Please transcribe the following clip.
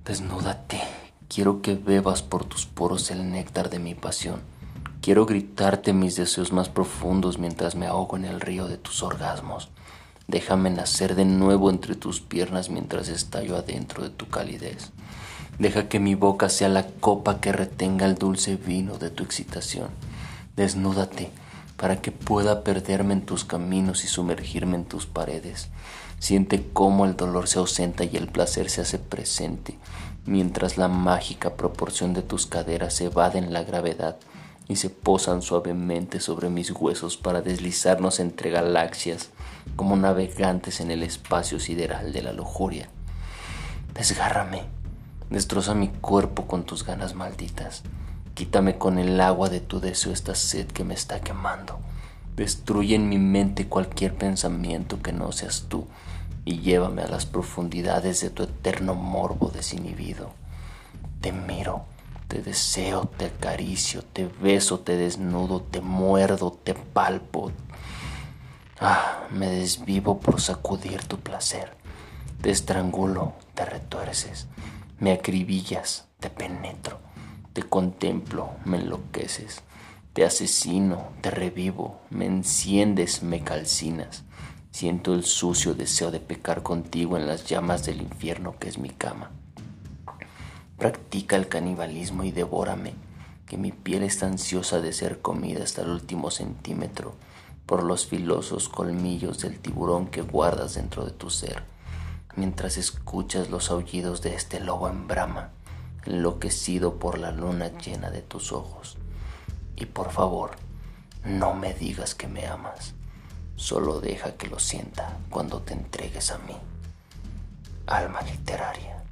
Desnúdate, quiero que bebas por tus poros el néctar de mi pasión. Quiero gritarte mis deseos más profundos mientras me ahogo en el río de tus orgasmos. Déjame nacer de nuevo entre tus piernas mientras estallo adentro de tu calidez. Deja que mi boca sea la copa que retenga el dulce vino de tu excitación. Desnúdate para que pueda perderme en tus caminos y sumergirme en tus paredes. Siente cómo el dolor se ausenta y el placer se hace presente, mientras la mágica proporción de tus caderas evaden la gravedad y se posan suavemente sobre mis huesos para deslizarnos entre galaxias como navegantes en el espacio sideral de la lujuria. Desgárrame, destroza mi cuerpo con tus ganas malditas. Quítame con el agua de tu deseo esta sed que me está quemando. Destruye en mi mente cualquier pensamiento que no seas tú y llévame a las profundidades de tu eterno morbo desinhibido. Te miro, te deseo, te acaricio, te beso, te desnudo, te muerdo, te palpo. Me desvivo por sacudir tu placer. Te estrangulo, te retuerces, me acribillas, te penetro. Te contemplo, me enloqueces, te asesino, te revivo, me enciendes, me calcinas. Siento el sucio deseo de pecar contigo en las llamas del infierno que es mi cama. Practica el canibalismo y devórame, que mi piel está ansiosa de ser comida hasta el último centímetro por los filosos colmillos del tiburón que guardas dentro de tu ser, mientras escuchas los aullidos de este lobo en brama, enloquecido por la luna llena de tus ojos. Y por favor, no me digas que me amas, solo deja que lo sienta cuando te entregues a mí. Alma literaria.